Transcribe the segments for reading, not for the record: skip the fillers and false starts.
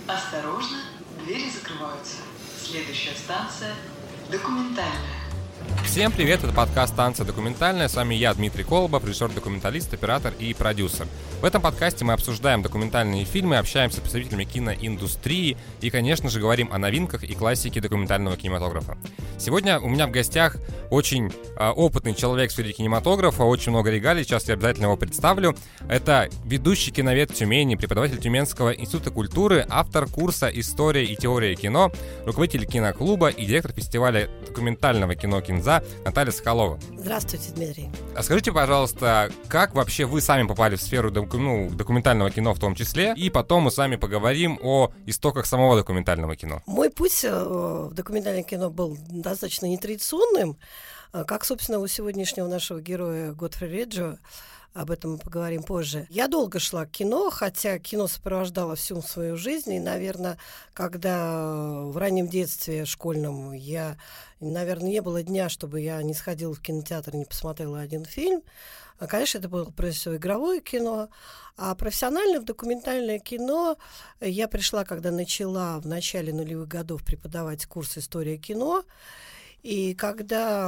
Осторожно, двери закрываются. Следующая станция – документальная. Всем привет, это подкаст «Станция документальная». С вами я, Дмитрий Колобов, режиссер-документалист, оператор и продюсер. В этом подкасте мы обсуждаем документальные фильмы, общаемся с представителями киноиндустрии и, конечно же, говорим о новинках и классике документального кинематографа. Сегодня у меня в гостях очень опытный человек в сфере кинематографа, очень много регалий, сейчас я обязательно его представлю. Это ведущий киновед Тюмени, преподаватель Тюменского института культуры, автор курса «История и теория кино», руководитель киноклуба и директор фестиваля документального кино «Кинза» Наталья Соколова. Здравствуйте, Дмитрий. А скажите, пожалуйста, как вообще вы сами попали в сферу документального кино в том числе? И потом мы с вами поговорим о истоках самого документального кино. Мой путь в документальное кино был достаточно нетрадиционным, как, собственно, у сегодняшнего нашего героя Годфри Реджио. Об этом мы поговорим позже. Я долго шла к кино, хотя кино сопровождало всю свою жизнь. И, наверное, когда в раннем детстве школьном наверное, не было дня, чтобы я не сходила в кинотеатр и не посмотрела один фильм. Конечно, это было, прежде всего, игровое кино. А профессионально в документальное кино я пришла, когда начала в начале нулевых годов преподавать курс «История кино». И когда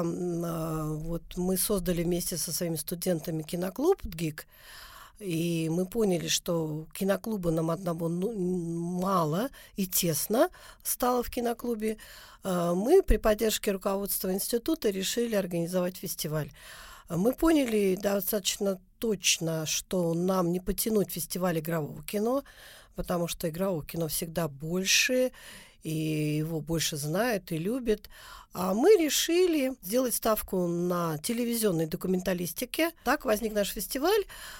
мы создали вместе со своими студентами киноклуб «ДГИК», и мы поняли, что киноклуба нам одного мало и тесно стало в киноклубе, мы при поддержке руководства института решили организовать фестиваль. Мы поняли достаточно точно, что нам не потянуть фестиваль игрового кино, потому что игрового кино всегда больше, и его больше знают и любят. А мы решили сделать ставку на телевизионной документалистике. Так возник наш фестиваль.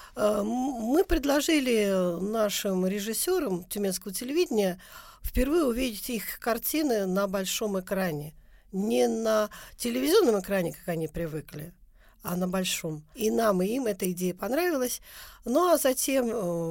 Мы предложили нашим режиссерам Тюменского телевидения впервые увидеть их картины на большом экране. Не на телевизионном экране, как они привыкли, а на большом. И нам, и им эта идея понравилась. Ну, а затем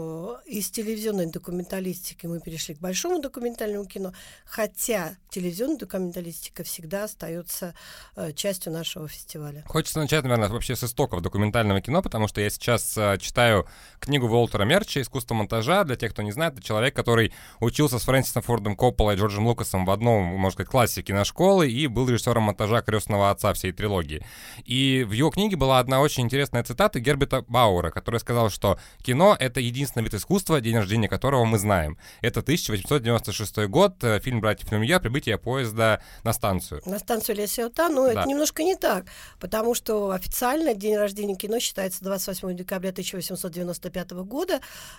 из телевизионной документалистики мы перешли к большому документальному кино, хотя телевизионная документалистика всегда остается частью нашего фестиваля. Хочется начать, наверное, вообще с истоков документального кино, потому что я сейчас читаю книгу Уолтера Мерча «Искусство монтажа». Для тех, кто не знает, это человек, который учился с Фрэнсисом Фордом Копполой и Джорджем Лукасом в одном, можно сказать, классе киношколы и был режиссером монтажа «Крестного отца» всей трилогии. И в его книге была одна очень интересная цитата Герберта Бауэра, который сказал, что кино — это единственный вид искусства, день рождения которого мы знаем. Это 1896 год, фильм «Братьев Люмьер», прибытие поезда на станцию. На станцию Ля Сиота, но это немножко не так, потому что официально день рождения кино считается 28 декабря 1895 года,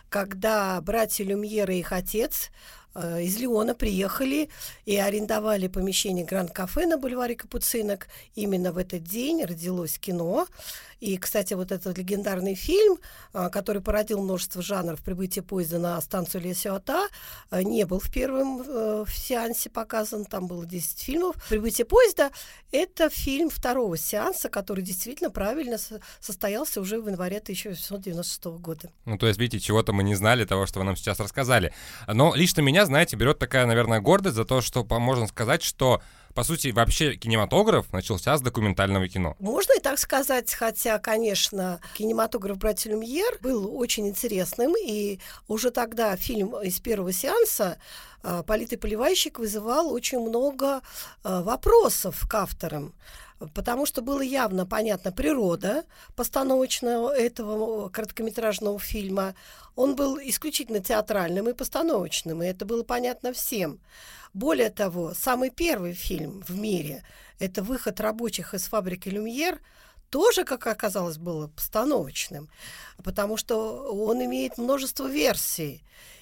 когда братья Люмьер и их отец из Лиона приехали и арендовали помещение Гранд-кафе на бульваре Капуцинок. Именно в этот день родилось кино. И, кстати, вот этот легендарный фильм, который породил множество жанров, «Прибытие поезда на станцию Ля Сиота», не был в первом сеансе показан, там было 10 фильмов. «Прибытие поезда» — это фильм второго сеанса, который действительно правильно состоялся уже в январе 1896 года. Ну, то есть, видите, чего-то мы не знали, того, что вы нам сейчас рассказали. Но лично меня, знаете, берет такая, наверное, гордость за то, что можно сказать, что по сути, вообще кинематограф начался с документального кино. Можно и так сказать, хотя, конечно, кинематограф «Братьев Люмьер» был очень интересным, и уже тогда фильм из первого сеанса «Политый поливальщик» вызывал очень много вопросов к авторам. Потому что было явно понятна природа постановочного этого короткометражного фильма. Он был исключительно театральным и постановочным, и это было понятно всем. Более того, самый первый фильм в мире – это «Выход рабочих из фабрики Люмьер», тоже, как оказалось, было постановочным, потому что он имеет множество версий.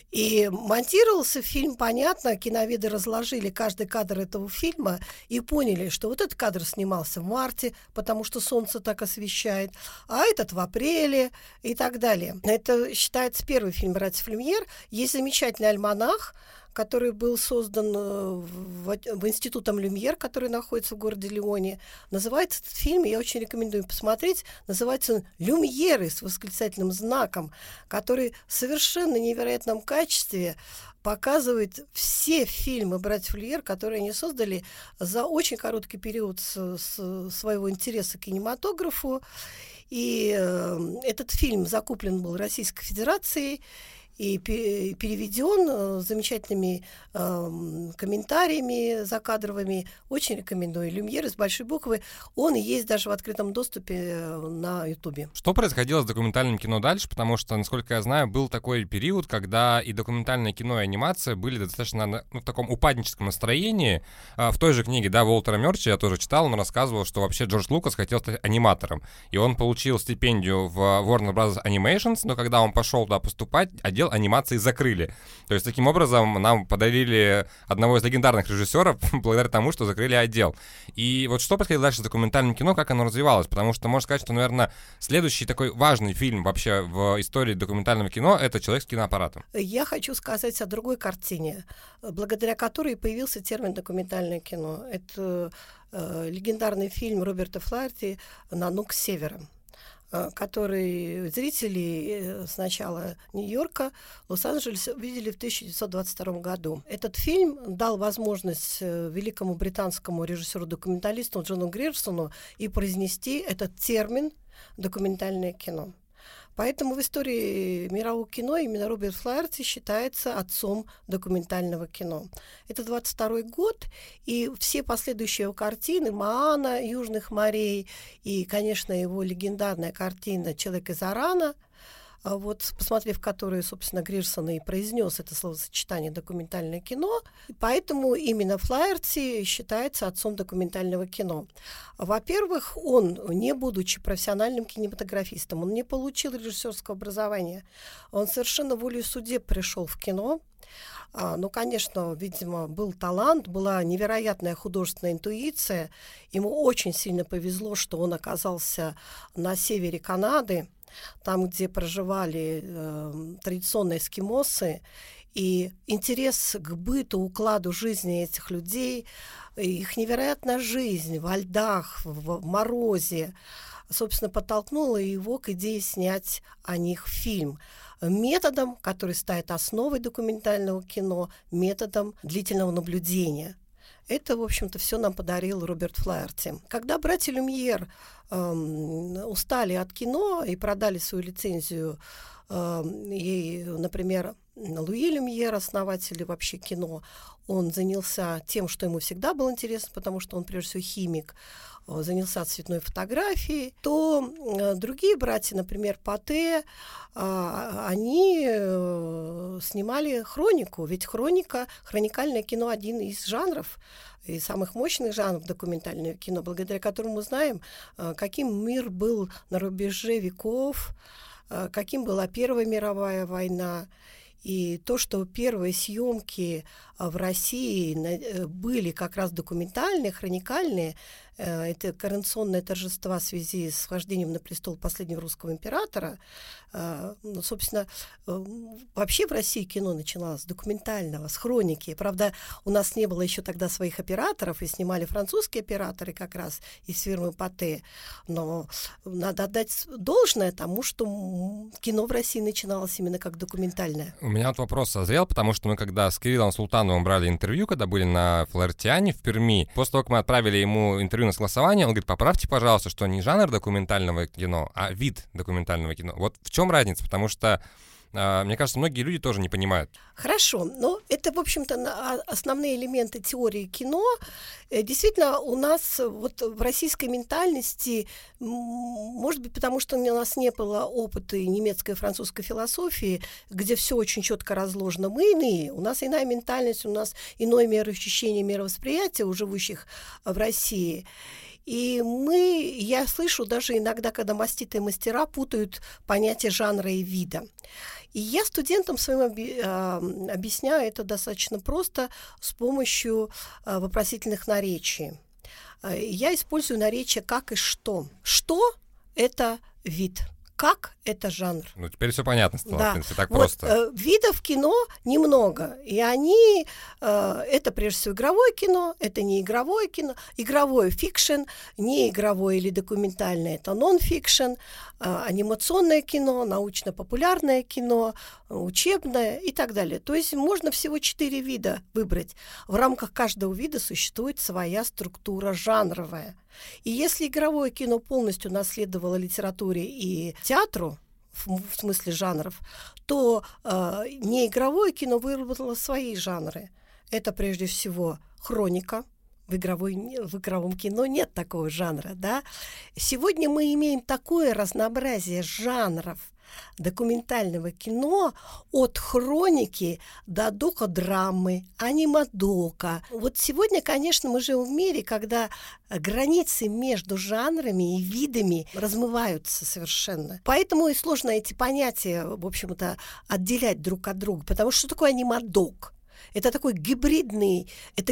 И монтировался фильм, понятно, киноведы разложили каждый кадр этого фильма и поняли, что вот этот кадр снимался в марте, потому что солнце так освещает, а этот в апреле и так далее. Это считается первый фильм «Братьев Люмьер». Есть замечательный альманах, который был создан в Институтом Люмьер, который находится в городе Лионе. Называется этот фильм, я очень рекомендую посмотреть, называется он «Люмьеры» с восклицательным знаком, который в совершенно невероятном качестве показывает все фильмы братьев Люмьер, которые они создали за очень короткий период своего интереса к кинематографу. И этот фильм закуплен был Российской Федерацией. и переведен замечательными комментариями закадровыми. Очень рекомендую. «Люмьеры» с большой буквы. Он и есть даже в открытом доступе на Ютубе. Что происходило с документальным кино дальше? Потому что, насколько я знаю, был такой период, когда и документальное кино, и анимация были достаточно в таком упадническом настроении. В той же книге, да, Уолтера Мёрчи я тоже читал, он рассказывал, что вообще Джордж Лукас хотел стать аниматором. И он получил стипендию в Warner Bros. Animations, но когда он пошел туда поступать, отдел анимации закрыли. То есть таким образом нам подарили одного из легендарных режиссеров благодаря тому, что закрыли отдел. И вот что происходило дальше с документальным кино, как оно развивалось? Потому что можно сказать, что, наверное, следующий такой важный фильм вообще в истории документального кино — это «Человек с киноаппаратом». Я хочу сказать о другой картине, благодаря которой появился термин «документальное кино». Это легендарный фильм Роберта Флаерти «Нанук с севера», который зрители с начала Нью-Йорка, Лос-Анджелеса видели в 1922 году. Этот фильм дал возможность великому британскому режиссеру-документалисту Джону Грирсону и произнести этот термин «документальное кино». Поэтому в истории мирового кино именно Роберт Флаерти считается отцом документального кино. Это 22-й год, и все последующие его картины «Моана», «Южных морей» и, конечно, его легендарная картина «Человек из Арана», вот, посмотрев которую, собственно, Грирсон и произнес это словосочетание «документальное кино», поэтому именно Флаерти считается отцом документального кино. Во-первых, он, не будучи профессиональным кинематографистом, он не получил режиссерского образования, он совершенно волею судеб пришел в кино. Ну, конечно, видимо, был талант, была невероятная художественная интуиция. Ему очень сильно повезло, что он оказался на севере Канады, там, где проживали традиционные эскимосы, и интерес к быту, укладу жизни этих людей, их невероятная жизнь во льдах, в морозе, собственно, подтолкнула его к идее снять о них фильм. Методом, который станет основой документального кино, методом длительного наблюдения. Это, в общем-то, все нам подарил Роберт Флаерти. Когда братья Люмьер устали от кино и продали свою лицензию, и, например, Луи Люмьер, основатель вообще кино, он занялся тем, что ему всегда было интересно, потому что он, прежде всего, химик, занялся цветной фотографией, то другие братья, например, Пате, они снимали хронику, ведь хроникальное кино — один из жанров, и самых мощных жанров документального кино, благодаря которому мы знаем, каким мир был на рубеже веков, каким была Первая мировая война. И то, что первые съемки в России были как раз документальные, хроникальные, это коронационное торжество в связи с вхождением на престол последнего русского императора. Собственно, вообще в России кино начиналось с документального, с хроники. Правда, у нас не было еще тогда своих операторов, и снимали французские операторы как раз из фирмы Пате. Но надо отдать должное тому, что кино в России начиналось именно как документальное. У меня вот вопрос созрел, потому что мы когда с Кириллом Султановым брали интервью, когда были на Флаертиане в Перми, после того, как мы отправили ему интервью на согласование, он говорит: поправьте, пожалуйста, что не жанр документального кино, а вид документального кино. Вот в чем разница? Потому что, мне кажется, многие люди тоже не понимают. Хорошо, но это, в общем-то, основные элементы теории кино. Действительно, у нас вот в российской ментальности, может быть, потому что у нас не было опыта немецкой и французской философии, где все очень четко разложено, мы иные. У нас иная ментальность, у нас иное мироощущение, мировосприятие у живущих в России. И я слышу даже иногда, когда маститые мастера путают понятие жанра и вида. И я студентам своим объясняю это достаточно просто с помощью вопросительных наречий. Я использую наречие «как» и «что». «Что» — это вид. «Как» — это жанр. Ну, теперь все понятно стало, да. В принципе, так вот, просто. Видов кино немного, и они, это прежде всего игровое кино, это не игровое кино, игровое фикшн, не игровое или документальное, это нон-фикшн, анимационное кино, научно-популярное кино, учебное и так далее. То есть можно всего 4 вида выбрать. В рамках каждого вида существует своя структура жанровая. И если игровое кино полностью наследовало литературе и театру, в смысле жанров, то неигровое кино выработало свои жанры. Это прежде всего хроника. В игровом кино нет такого жанра, да? Сегодня мы имеем такое разнообразие жанров документального кино, от хроники до докудрамы, анимадока. Вот сегодня, конечно, мы живем в мире, когда границы между жанрами и видами размываются совершенно. Поэтому и сложно эти понятия, в общем-то, отделять друг от друга. Потому что такое анимадок? Это такой гибридный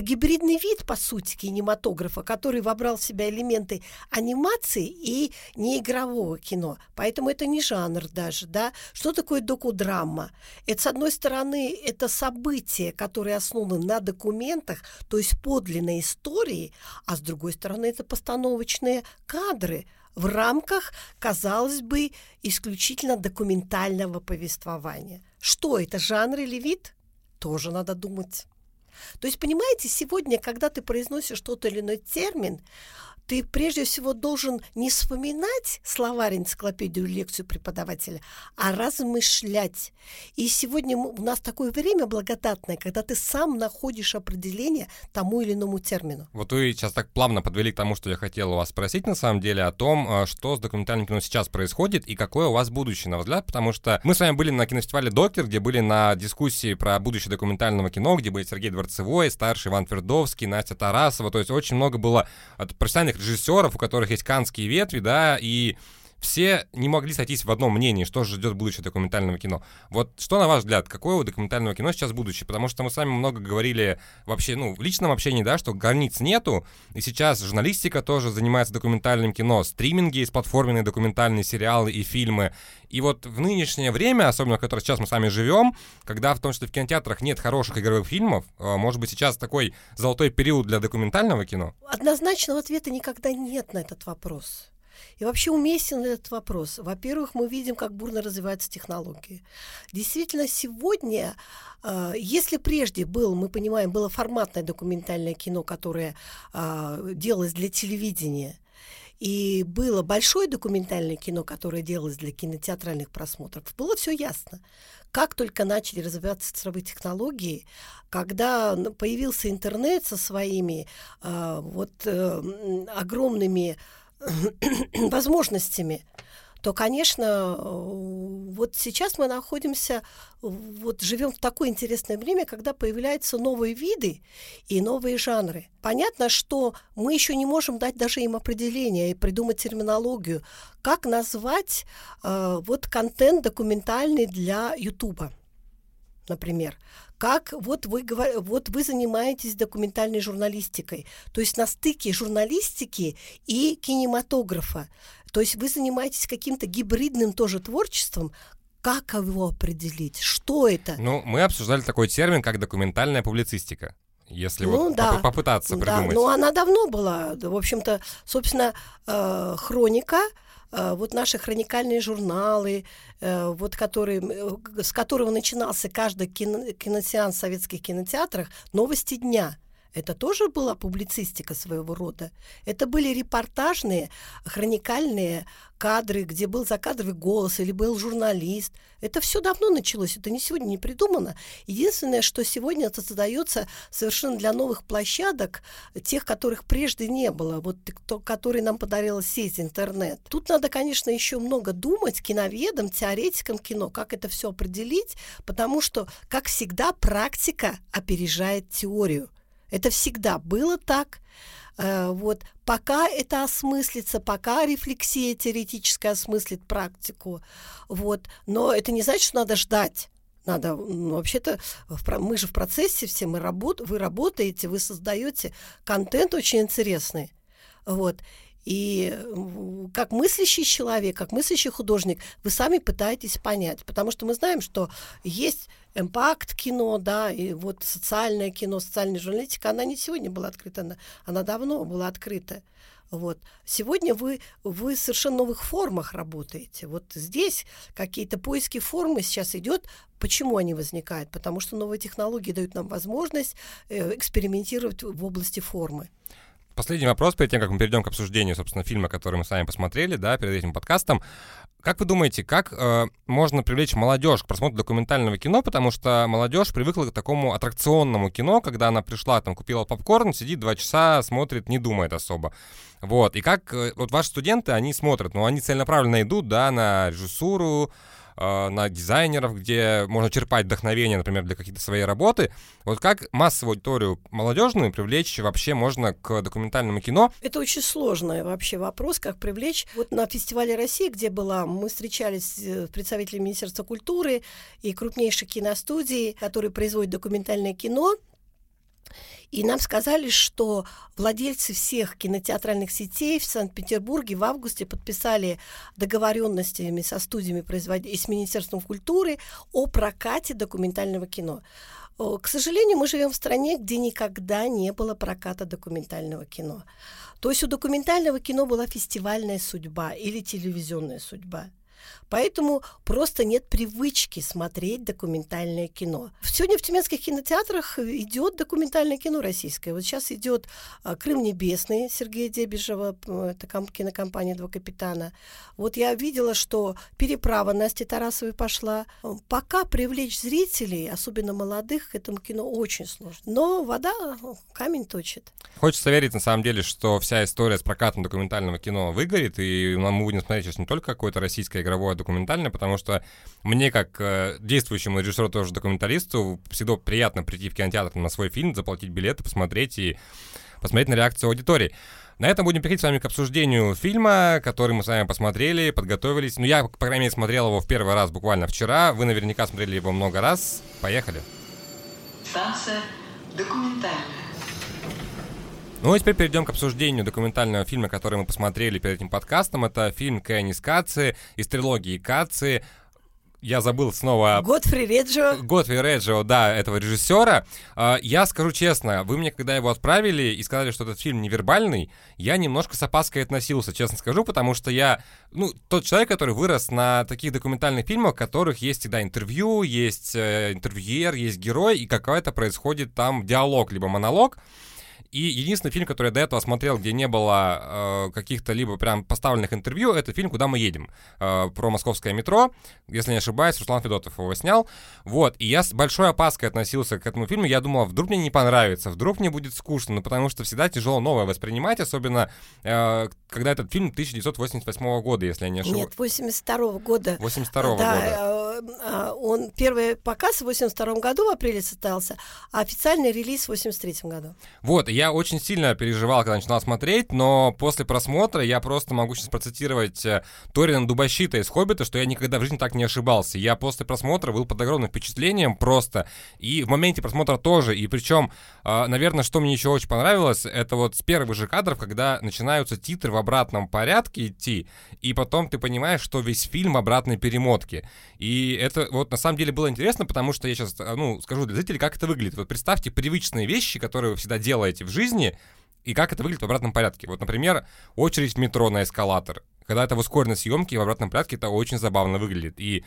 вид, по сути, кинематографа, который вобрал в себя элементы анимации и неигрового кино. Поэтому это не жанр даже, да. Что такое докудрама? Это, с одной стороны, это события, которые основаны на документах, то есть подлинной истории, а с другой стороны, это постановочные кадры в рамках, казалось бы, исключительно документального повествования. Что это, жанр или вид? Тоже надо думать. То есть, понимаете, сегодня, когда ты произносишь тот или иной термин, ты прежде всего должен не вспоминать словарь, энциклопедию, лекцию преподавателя, а размышлять. И сегодня у нас такое время благодатное, когда ты сам находишь определение тому или иному термину. Вот вы сейчас так плавно подвели к тому, что я хотел у вас спросить, на самом деле, о том, что с документальным кино сейчас происходит и какое у вас будущее, на ваш взгляд, потому что мы с вами были на кинофестивале «Докер», где были на дискуссии про будущее документального кино, где были Сергей Дворцевой, старший Иван Твердовский, Настя Тарасова, то есть очень много было профессиональных режиссеров, у которых есть канские ветви, да, и все не могли сойтись в одном мнении, что же ждет будущее документального кино. Вот что, на ваш взгляд, какое у документального кино сейчас будущее? Потому что мы с вами много говорили вообще, в личном общении, да, что границ нету, и сейчас журналистика тоже занимается документальным кино, стриминги есть платформенные документальные сериалы и фильмы. И вот в нынешнее время, особенно в которое сейчас мы с вами живем, когда в том числе в кинотеатрах нет хороших игровых фильмов, может быть, сейчас такой золотой период для документального кино? Однозначного ответа никогда нет на этот вопрос. И вообще уместен этот вопрос. Во-первых, мы видим, как бурно развиваются технологии. Действительно, сегодня, если прежде мы понимаем, было форматное документальное кино, которое делалось для телевидения, и было большое документальное кино, которое делалось для кинотеатральных просмотров, было все ясно. Как только начали развиваться цифровые технологии, когда появился интернет со своими огромными возможностями, то, конечно, вот сейчас мы находимся, живем в такое интересное время, когда появляются новые виды и новые жанры. Понятно, что мы еще не можем дать даже им определение и придумать терминологию, как назвать контент документальный для Ютуба, например. Как вы занимаетесь документальной журналистикой, то есть на стыке журналистики и кинематографа. То есть вы занимаетесь каким-то гибридным тоже творчеством. Как его определить? Что это? Мы обсуждали такой термин, как документальная публицистика. Если попытаться придумать. Она давно была. В общем-то, собственно, хроника, наши хроникальные журналы, с которого начинался каждый киносеанс в советских кинотеатрах, «Новости дня». Это тоже была публицистика своего рода. Это были репортажные, хроникальные кадры, где был закадровый голос или был журналист. Это все давно началось, это сегодня не придумано. Единственное, что сегодня это создается совершенно для новых площадок, тех, которых прежде не было, которые нам подарила сеть, интернет. Тут надо, конечно, еще много думать киноведам, теоретикам кино, как это все определить, потому что, как всегда, практика опережает теорию. Это всегда было так. Пока это осмыслится, пока рефлексия теоретическая осмыслит практику. Но это не значит, что надо ждать. Надо, вообще-то, мы же в процессе все, вы работаете, вы создаете контент очень интересный. И как мыслящий человек, как мыслящий художник, вы сами пытаетесь понять, потому что мы знаем, что есть импакт-кино, да, и социальное кино, социальная журналистика, она не сегодня была открыта, она давно была открыта. Сегодня вы в совершенно новых формах работаете. Здесь какие-то поиски формы сейчас идет. Почему они возникают? Потому что новые технологии дают нам возможность экспериментировать в области формы. Последний вопрос, перед тем, как мы перейдем к обсуждению, собственно, фильма, который мы с вами посмотрели, да, перед этим подкастом. Как вы думаете, как можно привлечь молодежь к просмотру документального кино, потому что молодежь привыкла к такому аттракционному кино, когда она пришла, там, купила попкорн, сидит 2 часа, смотрит, не думает особо. Вот, и как вот ваши студенты, они смотрят, ну, они целенаправленно идут, да, на режиссуру, на дизайнеров, где можно черпать вдохновение, например, для каких-то своей работы. Вот как массовую аудиторию молодежную привлечь вообще можно к документальному кино? Это очень сложный вообще вопрос, как привлечь. Вот на фестивале России, где была, мы встречались с представителями Министерства культуры и крупнейших киностудий, которые производят документальное кино. И нам сказали, что владельцы всех кинотеатральных сетей в Санкт-Петербурге в августе подписали договоренностями со студиями и с Министерством культуры о прокате документального кино. К сожалению, мы живем в стране, где никогда не было проката документального кино. То есть у документального кино была фестивальная судьба или телевизионная судьба. Поэтому просто нет привычки смотреть документальное кино. Сегодня в тюменских кинотеатрах идет документальное кино российское. Вот сейчас идет «Крым небесный» Сергея Дебежева, это кинокомпания «Два капитана». Вот я видела, что «Переправа» Насти Тарасовой пошла. Пока привлечь зрителей, особенно молодых, к этому кино очень сложно. Но вода камень точит. Хочется верить, на самом деле, что вся история с прокатом документального кино выгорит, и мы будем смотреть сейчас не только какое-то российское игровое документальное, потому что мне, как действующему режиссеру, тоже документалисту, всегда приятно прийти в кинотеатр на свой фильм, заплатить билеты, посмотреть и посмотреть на реакцию аудитории. На этом будем переходить с вами к обсуждению фильма, который мы с вами посмотрели, подготовились. Ну, я, по крайней мере, смотрел его в первый раз буквально вчера. Вы наверняка смотрели его много раз. Поехали. Станция документальная. Ну, а теперь перейдем к обсуждению документального фильма, который мы посмотрели перед этим подкастом. Это фильм «Кеннис Каци» из трилогии Каци. Я забыл снова... Годфри Реджио, да, этого режиссера. Я скажу честно, вы мне, когда его отправили и сказали, что этот фильм невербальный, я немножко с опаской относился, честно скажу, потому что я, тот человек, который вырос на таких документальных фильмах, в которых есть всегда интервью, есть интервьюер, есть герой, и какой-то происходит там диалог, либо монолог. И единственный фильм, который я до этого смотрел, где не было каких-то либо прям поставленных интервью, это фильм «Куда мы едем?» про московское метро. Если не ошибаюсь, Руслан Федотов его снял. Вот, и я с большой опаской относился к этому фильму. Я думал, вдруг мне не понравится, вдруг мне будет скучно, потому что всегда тяжело новое воспринимать, особенно когда этот фильм 1988 года, если я не ошибаюсь. Нет, 82 года. 82 года. Он первый показ в 82 году в апреле состоялся, а официальный релиз в 83 году. Вот, я очень сильно переживал, когда начинал смотреть, но после просмотра я просто могу сейчас процитировать Торина Дубощита из «Хоббита», что я никогда в жизни так не ошибался. Я после просмотра был под огромным впечатлением просто, и в моменте просмотра тоже, и причем, наверное, что мне еще очень понравилось, это вот с первых же кадров, когда начинаются титры в обратном порядке идти, и потом ты понимаешь, что весь фильм в обратной перемотке. И это вот на самом деле было интересно, потому что я сейчас, скажу для зрителей, как это выглядит. Вот представьте привычные вещи, которые вы всегда делаете в жизни, и как это выглядит в обратном порядке. Вот, например, очередь в метро на эскалатор. Когда это в ускоренной съемке, в обратном порядке это очень забавно выглядит. И,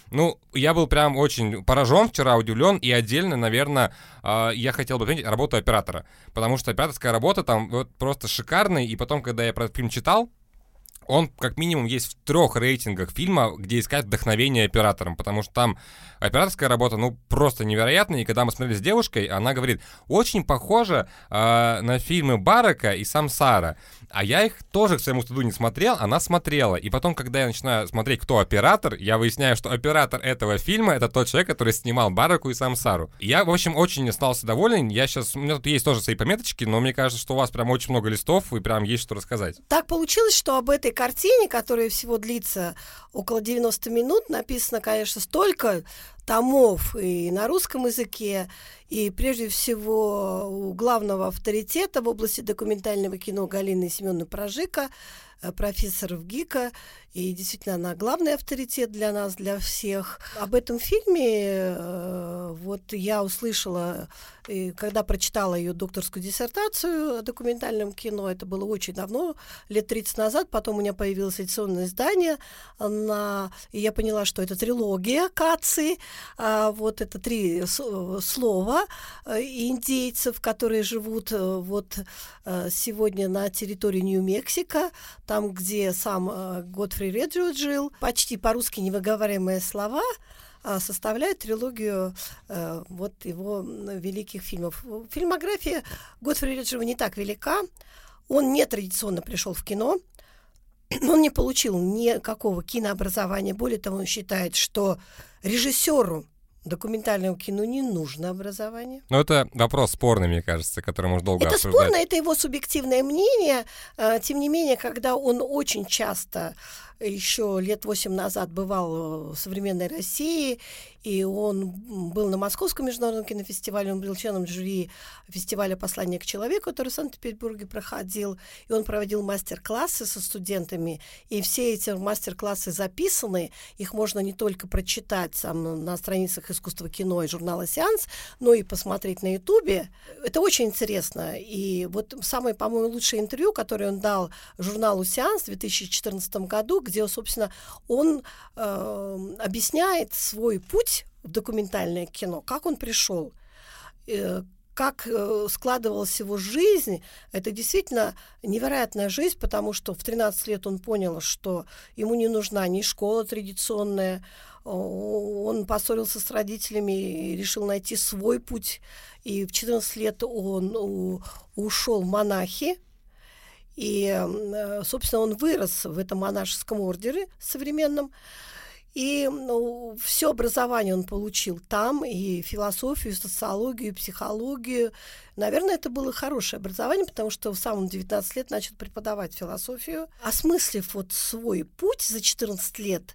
я был прям очень поражен вчера, удивлен, и отдельно, наверное, я хотел бы отметить работу оператора, потому что операторская работа там вот просто шикарная, и потом, когда я про этот фильм читал, он как минимум есть в 3 рейтингах фильма, где искать вдохновение оператором, потому что там операторская работа, просто невероятная. И когда мы смотрели с девушкой, она говорит, очень похоже на фильмы Барака и Самсара. А я их тоже к своему стыду не смотрел, она смотрела. И потом, когда я начинаю смотреть, кто оператор, я выясняю, что оператор этого фильма — это тот человек, который снимал Бараку и Самсару. Я, в общем, очень остался доволен. У меня тут есть тоже свои пометочки, но мне кажется, что у вас прям очень много листов, и прям есть что рассказать. Так получилось, что об этой картине, которая всего длится около 90 минут, написано, конечно, столько томов и на русском языке, и прежде всего у главного авторитета в области документального кино Галины Семеновны Прожика, профессор ВГИКа, и действительно она главный авторитет для нас, для всех. Об этом фильме вот я услышала, когда прочитала ее докторскую диссертацию о документальном кино. Это было очень давно, лет 30 назад. Потом у меня появилось ediционное издание, и я поняла, что это трилогия Каци. Вот это 3 слова индейцев, которые живут сегодня на территории Нью-Мексико, там, где сам Годфри Реджио жил. Почти по-русски невыговариваемые слова составляют трилогию его великих фильмов. Фильмография Годфри Реджио не так велика. Он нетрадиционно пришел в кино. Он не получил никакого кинообразования. Более того, он считает, что режиссеру документального кино не нужно образование. Но это вопрос спорный, мне кажется, который можно долго обсуждать. Это спорно, это его субъективное мнение. Тем не менее, когда он очень часто, еще лет 8 назад, бывал в современной России, и он был на Московском международном кинофестивале, он был членом жюри фестиваля «Послание к человеку», который в Санкт-Петербурге проходил, и он проводил мастер-классы со студентами, и все эти мастер-классы записаны, их можно не только прочитать на страницах «Искусства кино» и журнала «Сеанс», но и посмотреть на Ютубе. Это очень интересно, и вот самое, по-моему, лучшее интервью, которое он дал журналу «Сеанс» в 2014 году, где, собственно, он объясняет свой путь в документальное кино, как он пришел, как складывалась его жизнь. Это действительно невероятная жизнь, потому что в 13 лет он понял, что ему не нужна ни школа традиционная, он поссорился с родителями и решил найти свой путь, и в 14 лет он ушел в монахи. И, собственно, он вырос в этом монашеском ордере современном. И все образование он получил там, и философию, и социологию, и психологию. Наверное, это было хорошее образование, потому что в самом 19 лет начал преподавать философию. Осмыслив свой путь за 14 лет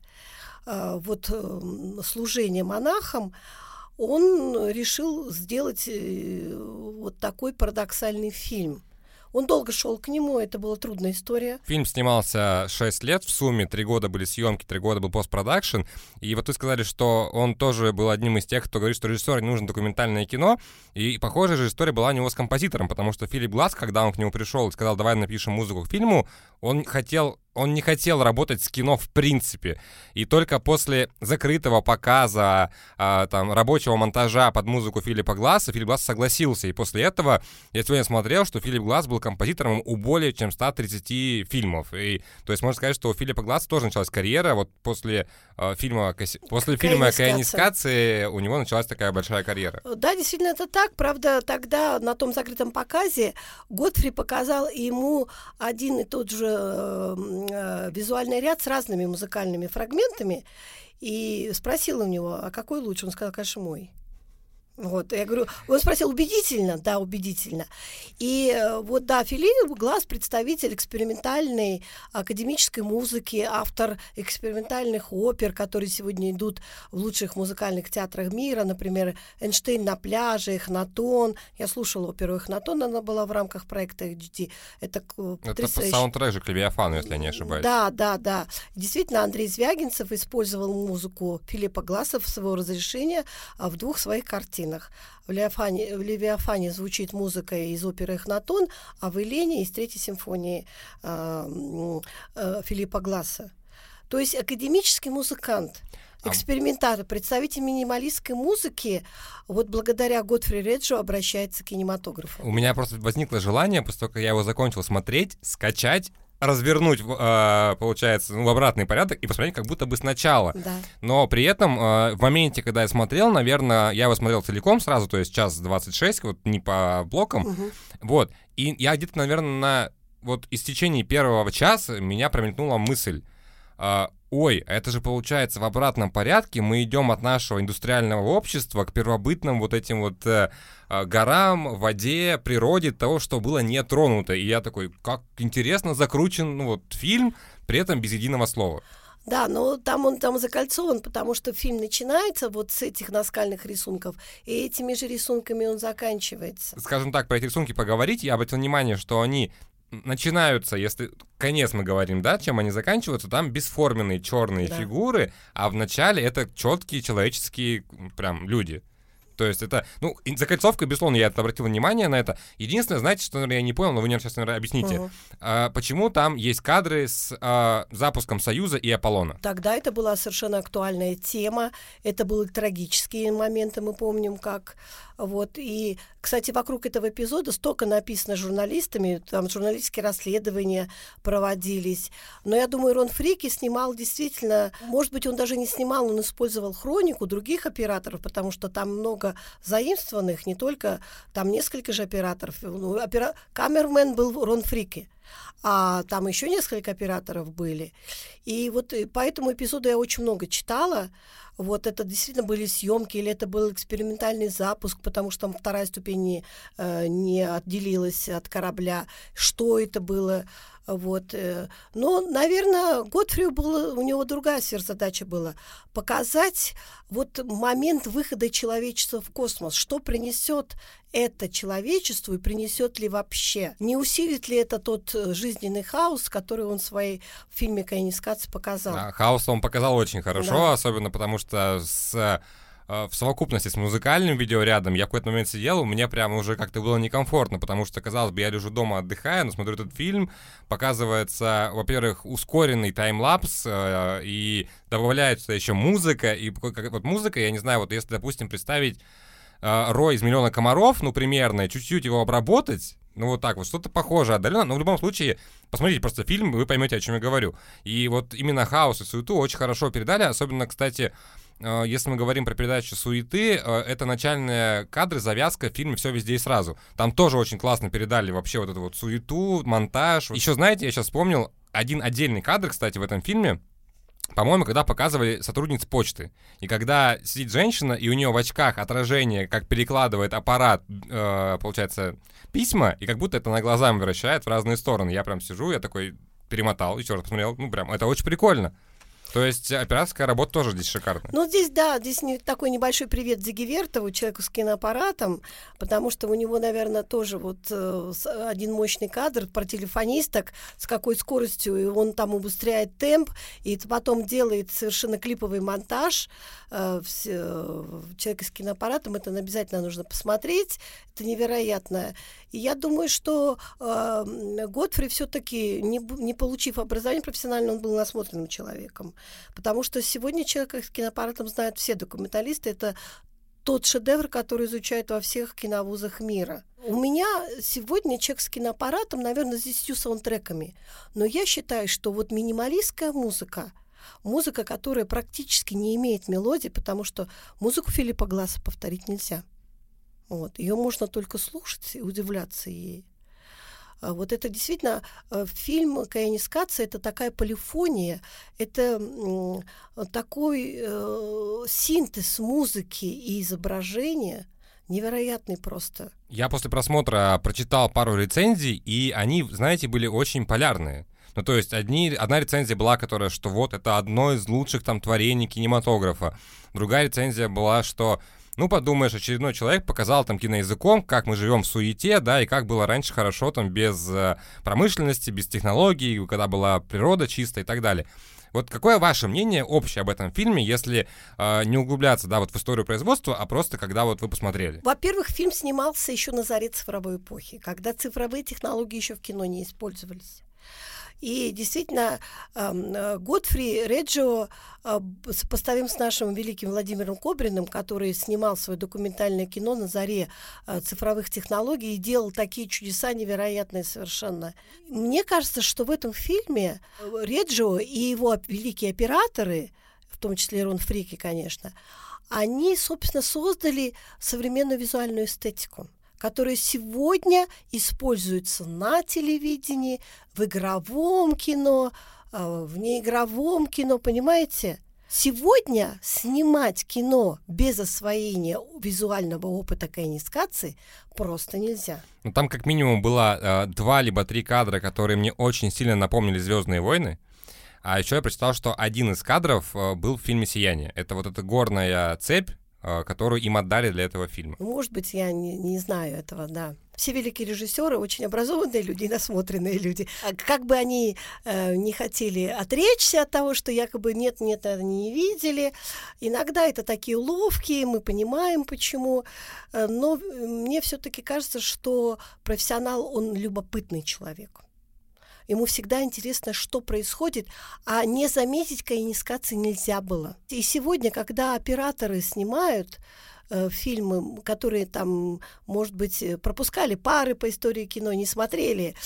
служения монахом, он решил сделать вот такой парадоксальный фильм. Он долго шел к нему, это была трудная история. Фильм снимался 6 лет, в сумме 3 года были съемки, 3 года был постпродакшн. И вот вы сказали, что он тоже был одним из тех, кто говорит, что режиссеру не нужно документальное кино. И похожая же история была у него с композитором, потому что Филипп Гласс, когда он к нему пришел и сказал, давай напишем музыку к фильму, он не хотел работать с кино в принципе. И только после закрытого показа, рабочего монтажа под музыку Филиппа Гласса, Филипп Гласс согласился. И после этого я сегодня смотрел, что Филипп Гласс был композитором у более чем 130 фильмов. И, то есть можно сказать, что у Филиппа Гласса тоже началась карьера. Вот после фильма «Каинискация» у него началась такая большая карьера. Да, действительно, это так. Правда, тогда на том закрытом показе Годфри показал ему один и тот же визуальный ряд с разными музыкальными фрагментами и спросил у него, а какой лучше? Он сказал, конечно, мой. Вот, я говорю, он спросил, убедительно? Да, убедительно. И Филипп Гласс, представитель экспериментальной академической музыки, автор экспериментальных опер, которые сегодня идут в лучших музыкальных театрах мира, например, «Эйнштейн на пляже», «Эхнатон». Я слушала оперу «Эхнатон», она была в рамках проекта HD. Это потрясающе. Это саундтрек же к «Левиафану», если я не ошибаюсь. Да. Действительно, Андрей Звягинцев использовал музыку Филиппа Гласса в своего разрешения в 2 своих картинах. В «Левиафане» звучит музыка из оперы «Эхнатон», а в «Елене» из 3-й симфонии Филиппа Гласса. То есть академический музыкант, экспериментатор, представитель минималистской музыки, вот благодаря Годфри Реджио обращается к кинематографу. У меня просто возникло желание, после того, как я его закончил смотреть, скачать, развернуть, получается, в обратный порядок и посмотреть как будто бы сначала. Да. Но при этом в моменте, когда я смотрел, наверное, я его смотрел целиком сразу, то есть 1:26, вот не по блокам. Угу. Вот. И я где-то, наверное, на истечении первого часа меня промелькнула мысль. Ой, это же получается в обратном порядке, мы идем от нашего индустриального общества к первобытным этим горам, воде, природе, того, что было не тронуто. И я такой, как интересно закручен фильм, при этом без единого слова. Да, но там он закольцован, потому что фильм начинается с этих наскальных рисунков, и этими же рисунками он заканчивается. Скажем так, про эти рисунки поговорить, я обратил внимание, что они начинаются, если конец мы говорим, да, чем они заканчиваются, там бесформенные черные фигуры, а в начале это четкие человеческие прям люди. То есть это, ну, закольцовка, безусловно, я обратил внимание на это. Единственное, знаете, что, наверное, я не понял, но вы мне сейчас, наверное, объясните. Почему там есть кадры с запуском «Союза» и «Аполлона»? Тогда это была совершенно актуальная тема. Это были трагические моменты, мы помним, как... Вот. И, кстати, вокруг этого эпизода столько написано журналистами, там журналистские расследования проводились. Но я думаю, Рон Фрики снимал действительно... Может быть, он даже не снимал, он использовал хронику других операторов, потому что там много заимствованных, не только... Там несколько же операторов. Камермен был Рон Фрики. А там еще несколько операторов были. И вот по этому эпизоду я очень много читала. Вот это действительно были съемки, или это был экспериментальный запуск, потому что там вторая ступень не отделилась от корабля. Что это было? Вот. Но, наверное, Годфри у него другая сверхзадача была. Показать вот момент выхода человечества в космос. Что принесет это человечеству и принесет ли вообще? Не усилит ли это тот жизненный хаос, который он в своей фильме «Каинискация» показал? Да, хаос он показал очень хорошо, да. Особенно потому что в совокупности с музыкальным видеорядом я в какой-то момент сидел, мне прямо уже как-то было некомфортно, потому что, казалось бы, я лежу дома, отдыхаю, но смотрю этот фильм, показывается, во-первых, ускоренный таймлапс, и добавляется еще музыка, и вот музыка, я не знаю, вот если, допустим, представить рой из миллиона комаров, ну, примерно, чуть-чуть его обработать, ну, вот так вот, что-то похожее отдаленно, но в любом случае, посмотрите просто фильм, вы поймете, о чем я говорю. И вот именно хаос и суету очень хорошо передали, особенно, кстати, если мы говорим про передачу суеты, это начальные кадры, завязка в фильме «Все везде и сразу». Там тоже очень классно передали вообще вот эту вот суету, монтаж. Еще, знаете, я сейчас вспомнил один отдельный кадр, кстати, в этом фильме, по-моему, когда показывали сотрудниц почты. И когда сидит женщина, и у нее в очках отражение, как перекладывает аппарат, получается, письма, и как будто это на глазами вращает в разные стороны. Я прям сижу, я такой перемотал, еще раз посмотрел, ну прям, это очень прикольно. То есть операторская работа тоже здесь шикарная. Ну, здесь, да, здесь такой небольшой привет Зиги Вертову, человеку с киноаппаратом, потому что у него, наверное, тоже вот один мощный кадр про телефонисток, с какой скоростью, и он там убыстряет темп, и потом делает совершенно клиповый монтаж. Человека с киноаппаратом, это обязательно нужно посмотреть, это невероятно. И я думаю, что Годфри все-таки, не получив образование профессиональное, он был насмотренным человеком. Потому что сегодня человек с киноаппаратом знают все документалисты. Это тот шедевр, который изучают во всех киновузах мира. У меня сегодня человек с киноаппаратом, наверное, с 10 саундтреками. Но я считаю, что вот минималистская музыка, которая практически не имеет мелодии, потому что музыку Филиппа Гласса повторить нельзя. Вот. Ее можно только слушать и удивляться ей. Вот это действительно фильм «Каинискация» — это такая полифония, это такой синтез музыки и изображения невероятный просто. Я после просмотра прочитал пару рецензий, и они, знаете, были очень полярные. Ну, то есть одна рецензия была, которая, что вот это одно из лучших там творений кинематографа. Другая рецензия была, что, ну, подумаешь, очередной человек показал там киноязыком, как мы живем в суете, да, и как было раньше хорошо там без промышленности, без технологий, когда была природа чистая и так далее. Вот какое ваше мнение общее об этом фильме, если не углубляться, да, вот в историю производства, а просто когда вот вы посмотрели? Во-первых, фильм снимался еще на заре цифровой эпохи, когда цифровые технологии еще в кино не использовались. И действительно, Годфри Реджио, сопоставим с нашим великим Владимиром Кобриным, который снимал свое документальное кино на заре цифровых технологий и делал такие чудеса невероятные совершенно. Мне кажется, что в этом фильме Реджио и его великие операторы, в том числе Рон Фрики, конечно, они, собственно, создали современную визуальную эстетику, которая сегодня используется на телевидении, в игровом кино, в неигровом кино, понимаете? Сегодня снимать кино без освоения визуального опыта каинискации просто нельзя. Ну, там как минимум было 2 либо 3 кадра, которые мне очень сильно напомнили «Звездные войны». А еще я прочитал, что один из кадров был в фильме «Сияние». Это вот эта горная цепь, которую им отдали для этого фильма. Может быть, я не знаю этого, да. Все великие режиссеры очень образованные люди и насмотренные люди. Как бы они не хотели отречься от того, что якобы нет, они не видели. Иногда это такие уловки, мы понимаем, почему. Но мне все-таки кажется, что профессионал, он любопытный человек. Ему всегда интересно, что происходит, а не заметить каинискации нельзя было. И сегодня, когда операторы снимают фильмы, которые там, может быть, пропускали пары по истории кино, не смотрели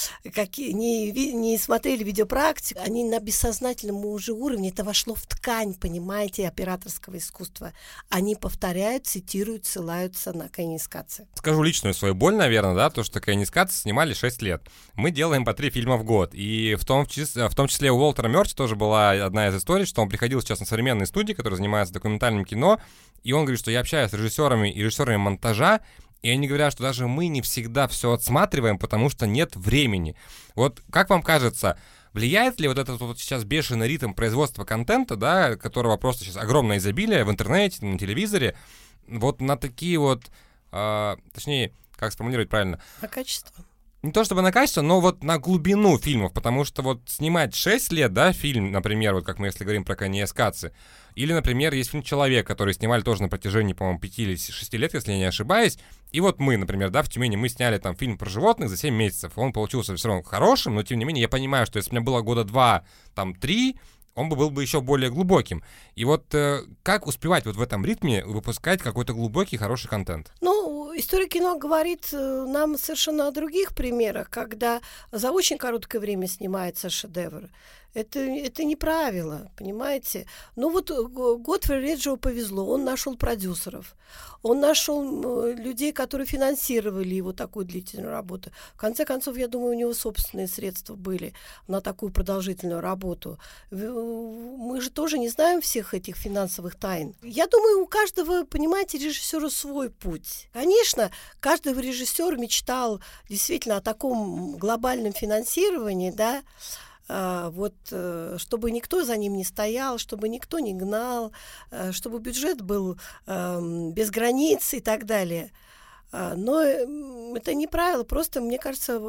видеопрактику, они на бессознательном уже уровне, это вошло в ткань, понимаете, операторского искусства. Они повторяют, цитируют, ссылаются на каинискации. Скажу личную свою боль, наверное, да, то, что каинискации снимали 6 лет. Мы делаем по 3 фильма в год. И в том числе у Уолтера Мёрча тоже была одна из историй, что он приходил сейчас на современные студии, которые занимаются документальным кино, и он говорит, что я общаюсь с режиссерами и режиссерами монтажа, и они говорят, что даже мы не всегда все отсматриваем, потому что нет времени. Вот как вам кажется, влияет ли вот этот вот сейчас бешеный ритм производства контента, да, которого просто сейчас огромное изобилие в интернете, на телевизоре, вот на такие вот, точнее, как сформулировать правильно? На качество. Не то чтобы на качество, но вот на глубину фильмов, потому что вот снимать 6 лет, да, фильм, например, вот как мы если говорим про каинискации, или, например, есть фильм «Человек», который снимали тоже на протяжении, по-моему, 5 или 6 лет, если я не ошибаюсь, и вот мы, например, да, в Тюмени мы сняли там фильм про животных за 7 месяцев, он получился все равно хорошим, но тем не менее я понимаю, что если у меня было года 2, там, 3, он был бы еще более глубоким. И вот как успевать вот в этом ритме выпускать какой-то глубокий, хороший контент? Ну, история кино говорит нам совершенно о других примерах, когда за очень короткое время снимается шедевр. Это не правило, понимаете? Ну вот Готфри Реджио повезло, он нашел продюсеров, он нашел людей, которые финансировали его такую длительную работу. В конце концов, я думаю, у него собственные средства были на такую продолжительную работу. Мы же тоже не знаем всех этих финансовых тайн. Я думаю, у каждого, понимаете, режиссера свой путь. Конечно, каждый режиссер мечтал действительно о таком глобальном финансировании, да, вот, чтобы никто за ним не стоял, чтобы никто не гнал, чтобы бюджет был без границ и так далее. Но это не правило, просто, мне кажется,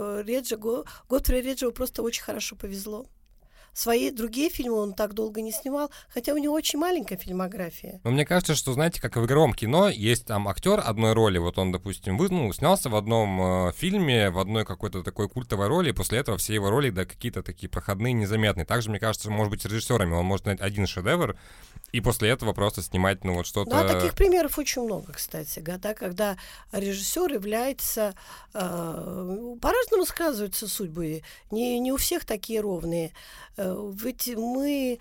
Готфри Реджио просто очень хорошо повезло. Свои другие фильмы он так долго не снимал, хотя у него очень маленькая фильмография. Но мне кажется, что, знаете, как в игровом кино, есть там актер одной роли, вот он, допустим, снялся в одном фильме, в одной какой-то такой культовой роли, и после этого все его роли, да, какие-то такие проходные, незаметные. Также, мне кажется, может быть, с режиссерами, он может снять один шедевр, и после этого просто снимать, ну, вот что-то... Да, таких примеров очень много, кстати, да, когда режиссер является... по-разному сказываются судьбы, не у всех такие ровные. Ведь мы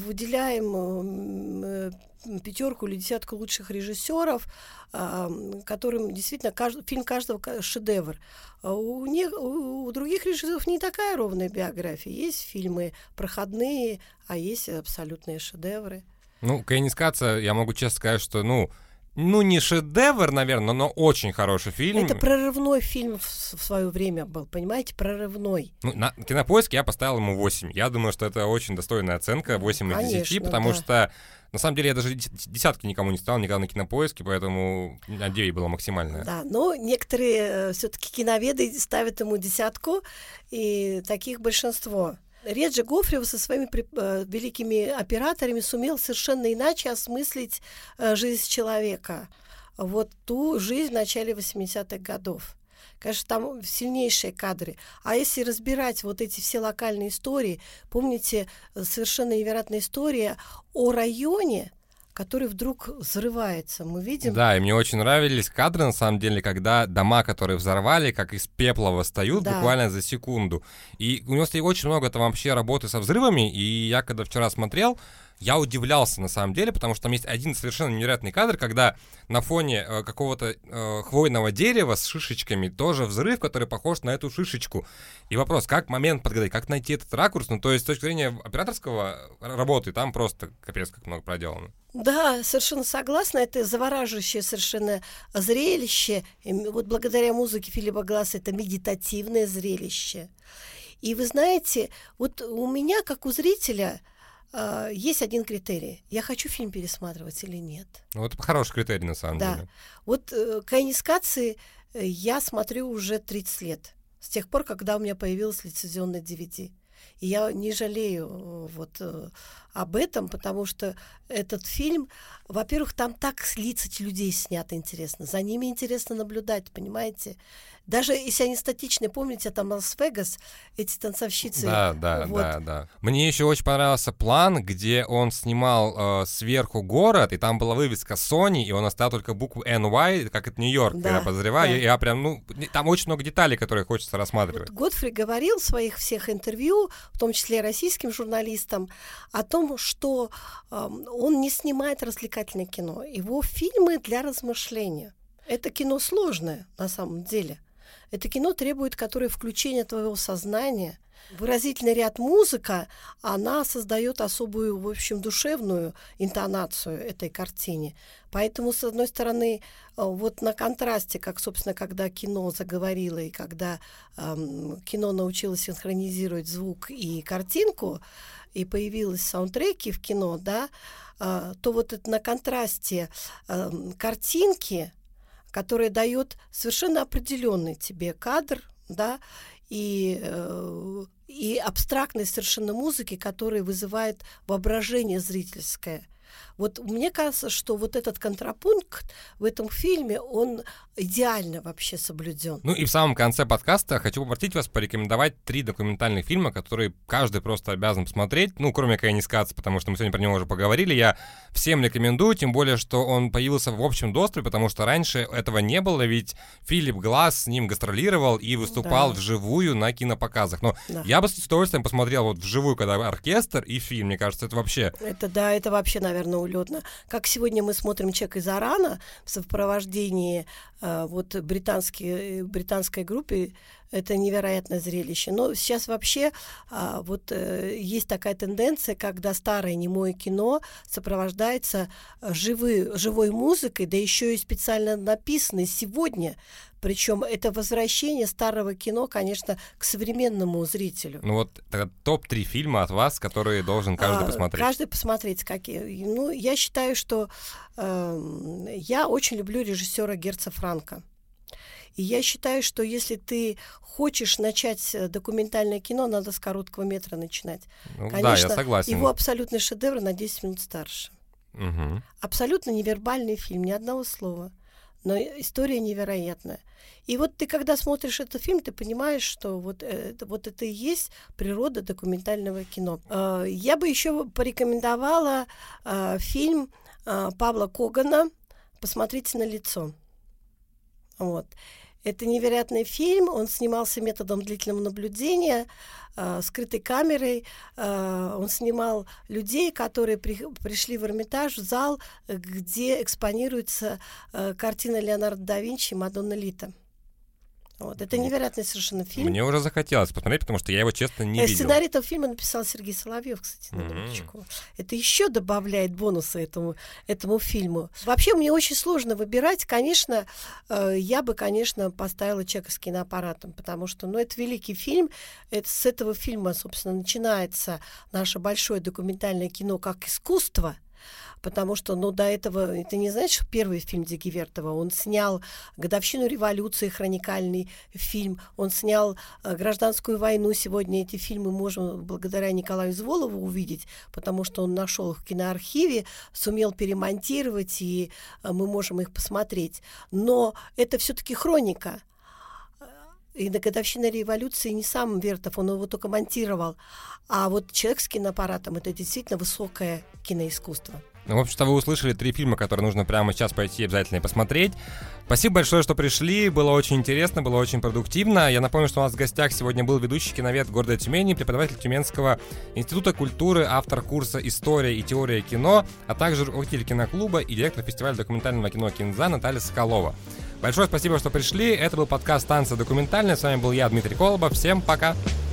выделяем 5 или 10 лучших режиссеров, которым действительно фильм каждого шедевр. У других режиссеров не такая ровная биография. Есть фильмы проходные, а есть абсолютные шедевры. Ну, каинискация, я могу честно сказать, что, ну, не шедевр, наверное, но очень хороший фильм. Это прорывной фильм в свое время был, понимаете, прорывной. Ну, на Кинопоиске я поставил ему 8. Я думаю, что это очень достойная оценка, 8 из 10, потому что, на самом деле, я даже десятки никому не ставил, никогда на Кинопоиске, поэтому 9 было максимальное. Да, но некоторые все-таки киноведы ставят ему 10, и таких большинство. Реджи Гофрио со своими великими операторами сумел совершенно иначе осмыслить жизнь человека. Вот ту жизнь в начале 80-х годов. Конечно, там сильнейшие кадры. А если разбирать вот эти все локальные истории, помните, совершенно невероятная история о районе, который вдруг взрывается. Мы видим... Да, и мне очень нравились кадры, на самом деле, когда дома, которые взорвали, как из пепла восстают, да, буквально за секунду. И у него очень много там вообще работы со взрывами, и я когда вчера смотрел, я удивлялся на самом деле, потому что там есть один совершенно невероятный кадр, когда на фоне какого-то хвойного дерева с шишечками тоже взрыв, который похож на эту шишечку. И вопрос, как момент подгадать, как найти этот ракурс? Ну, то есть с точки зрения операторского работы там просто капец как много проделано. Да, совершенно согласна. Это завораживающее совершенно зрелище. И вот благодаря музыке Филиппа Гласса это медитативное зрелище. И вы знаете, вот у меня, как у зрителя, есть один критерий. Я хочу фильм пересматривать или нет. Ну, это хороший критерий, на самом деле. Вот Кайнискации я смотрю уже 30 лет. С тех пор, когда у меня появилась лицензионная DVD. И я не жалею об этом, потому что этот фильм, во-первых, там так лица людей снято интересно. За ними интересно наблюдать, понимаете? Даже если они статичные, помните, там Лас-Вегас, эти танцовщицы. Да. Мне еще очень понравился план, где он снимал сверху город, и там была вывеска Sony, и он оставил только букву NY, как это Нью-Йорк, я подозреваю. Я прям, там очень много деталей, которые хочется рассматривать. Вот Годфри говорил в своих всех интервью, в том числе и российским журналистам, о том, что он не снимает развлекательное кино. Его фильмы для размышления. Это кино сложное, на самом деле. Это кино требует, которое включение твоего сознания. Выразительный ряд музыка, она создает особую, в общем, душевную интонацию этой картине. Поэтому, с одной стороны, вот на контрасте, как, собственно, когда кино заговорило и когда кино научилось синхронизировать звук и картинку, и появились саундтреки в кино, да, то вот это на контрасте картинки, которая дает совершенно определенный тебе кадр, да, и абстрактной совершенно музыки, которая вызывает воображение зрительское. Вот мне кажется, что вот этот контрапункт в этом фильме, он идеально вообще соблюден. Ну и в самом конце подкаста хочу попросить вас порекомендовать 3 документальных фильма, которые каждый просто обязан посмотреть, ну, кроме Кайнискации, потому что мы сегодня про него уже поговорили. Я всем рекомендую, тем более, что он появился в общем доступе, потому что раньше этого не было, ведь Филипп Гласс с ним гастролировал и выступал вживую на кинопоказах. Но я бы с удовольствием посмотрел вот вживую, когда оркестр и фильм, мне кажется, это вообще... Это вообще, наверное, улетно. Как сегодня мы смотрим «Человек из Орана» в сопровождении британской группы, это невероятное зрелище. Но сейчас вообще есть такая тенденция, когда старое немое кино сопровождается живой музыкой, да еще и специально написанной сегодня. Причем это возвращение старого кино, конечно, к современному зрителю. Ну вот топ-3 фильма от вас, которые должен каждый посмотреть. Каждый посмотреть какие. Ну, я считаю, что я очень люблю режиссера Герца Франка. И я считаю, что если ты хочешь начать документальное кино, надо с короткого метра начинать. Ну, конечно, я согласен. Его абсолютный шедевр на 10 минут старше. Угу. Абсолютно невербальный фильм, ни одного слова. Но история невероятная. И вот ты, когда смотришь этот фильм, ты понимаешь, что вот это и есть природа документального кино. Я бы еще порекомендовала фильм Павла Когана «Посмотрите на лицо». Вот. Это невероятный фильм, он снимался методом длительного наблюдения, скрытой камерой. Он снимал людей, которые пришли в Эрмитаж, в зал, где экспонируется картина Леонардо да Винчи «Мадонна Лита». Вот. Это невероятный совершенно фильм. Мне уже захотелось посмотреть, потому что я его, честно, не видел. Сценарий этого фильма написал Сергей Соловьев, кстати, на минуточку. Это еще добавляет бонусы этому фильму. Вообще, мне очень сложно выбирать. Конечно, я бы, поставила «Человека с киноаппаратом», потому что, это великий фильм. С этого фильма, собственно, начинается наше большое документальное кино как искусство. Потому что, до этого, ты не знаешь, первый фильм Дягивертова, он снял годовщину революции, хроникальный фильм, он снял гражданскую войну. Сегодня эти фильмы можем благодаря Николаю Изволову увидеть, потому что он нашел их в киноархиве, сумел перемонтировать, и мы можем их посмотреть. Но это все-таки хроника. И на годовщине революции не сам Вертов, он его только монтировал. А вот «Человек с киноаппаратом» — это действительно высокое киноискусство. Ну, в общем-то, вы услышали 3 фильма, которые нужно прямо сейчас пойти обязательно и посмотреть. Спасибо большое, что пришли. Было очень интересно, было очень продуктивно. Я напомню, что у нас в гостях сегодня был ведущий киновед города Тюмени, преподаватель Тюменского института культуры, автор курса «История и теория кино», а также руководитель киноклуба и директор фестиваля документального кино «Кинза» Наталья Соколова. Большое спасибо, что пришли. Это был подкаст «Танцы документальные». С вами был я, Дмитрий Колобов. Всем пока!